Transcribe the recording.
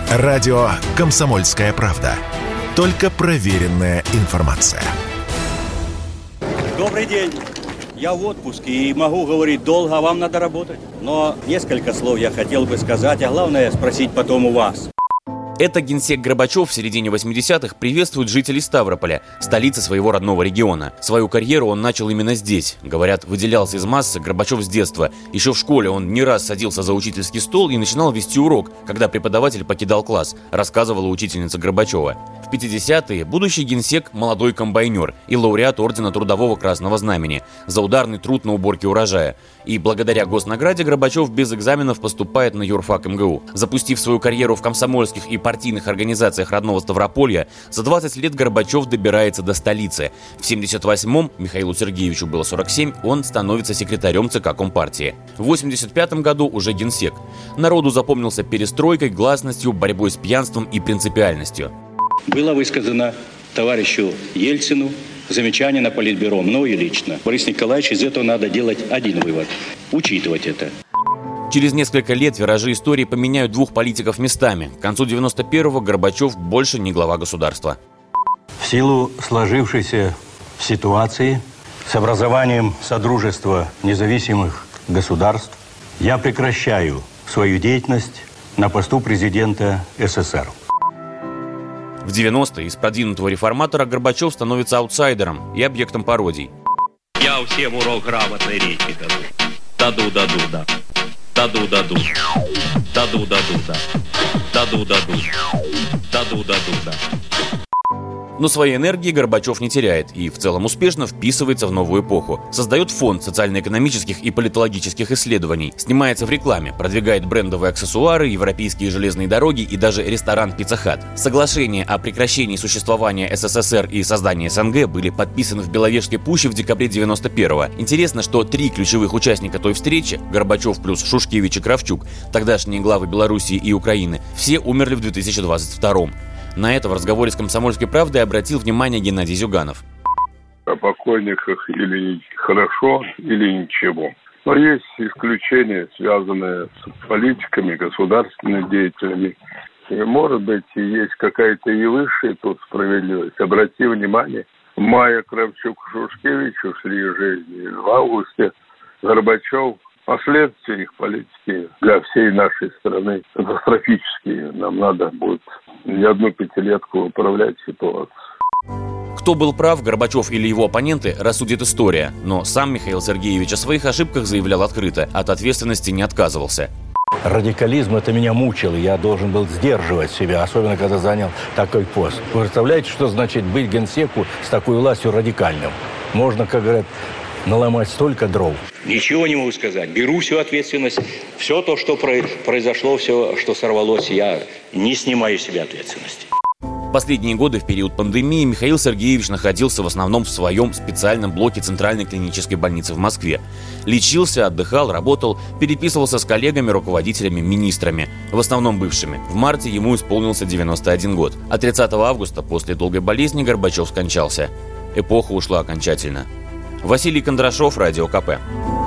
Радио «Комсомольская правда». Только проверенная информация. Добрый день. Я в отпуске и могу говорить долго, а вам надо работать. Но несколько слов я хотел бы сказать, а главное спросить потом у вас. Это генсек Горбачев в середине 80-х приветствует жителей Ставрополя, столицы своего родного региона. Свою карьеру он начал именно здесь. Говорят, выделялся из массы Горбачев с детства. Еще в школе он не раз садился за учительский стол и начинал вести урок, когда преподаватель покидал класс, рассказывала учительница Горбачева. В 50-е будущий генсек – молодой комбайнер и лауреат ордена Трудового Красного Знамени за ударный труд на уборке урожая. И благодаря госнаграде Горбачев без экзаменов поступает на юрфак МГУ. Запустив свою карьеру в комсомольских и партийных организациях родного Ставрополья, за 20 лет Горбачев добирается до столицы. В 78-м, Михаилу Сергеевичу было 47, он становится секретарем ЦК Компартии. В 85-м году уже генсек. Народу запомнился перестройкой, гласностью, борьбой с пьянством и принципиальностью. Было высказано товарищу Ельцину замечание на Политбюро, мною лично. Борис Николаевич, из этого надо делать один вывод – учитывать это. Через несколько лет виражи истории поменяют двух политиков местами. К концу 91-го Горбачев больше не глава государства. В силу сложившейся ситуации с образованием Содружества независимых государств я прекращаю свою деятельность на посту президента СССР. В 90-е из продвинутого реформатора Горбачев становится аутсайдером и объектом пародий. Я всем урок грамотной речи даду. Даду, да. Даду. Но своей энергии Горбачев не теряет и в целом успешно вписывается в новую эпоху. Создает фонд социально-экономических и политологических исследований, снимается в рекламе, продвигает брендовые аксессуары, европейские железные дороги и даже ресторан «Пицца Хат». Соглашения о прекращении существования СССР и создании СНГ были подписаны в Беловежской пуще в декабре 91-го. Интересно, что три ключевых участника той встречи – Горбачев плюс Шушкевич и Кравчук, тогдашние главы Белоруссии и Украины, все умерли в 2022-м. На это в разговоре с «Комсомольской правдой» обратил внимание Геннадий Зюганов. О покойниках или хорошо, или ничего. Но есть исключения, связанные с политиками, государственными деятелями. И, может быть, есть какая-то и высшая тут справедливость. Обрати внимание, в мае Кравчук и Шушкевич ушли из жизни. В августе Горбачев. Последствия их политики для всей нашей страны катастрофические. Нам надо будет не одну пятилетку управлять ситуацией. Кто был прав, Горбачев или его оппоненты, рассудит история. Но сам Михаил Сергеевич о своих ошибках заявлял открыто, от ответственности не отказывался. Радикализм это меня мучил, и я должен был сдерживать себя, особенно когда занял такой пост. Вы представляете, что значит быть генсеку с такой властью радикальным? Можно, как говорят, наломать столько дров. Ничего не могу сказать. Беру всю ответственность. Все то, что произошло, все, что сорвалось, я не снимаю с себя ответственности. Последние годы в период пандемии Михаил Сергеевич находился в основном в своем специальном блоке Центральной клинической больницы в Москве. Лечился, отдыхал, работал, переписывался с коллегами, руководителями, министрами, в основном бывшими. В марте ему исполнился 91 год. А 30 августа после долгой болезни Горбачев скончался. Эпоха ушла окончательно. Василий Кондрашов, Радио КП.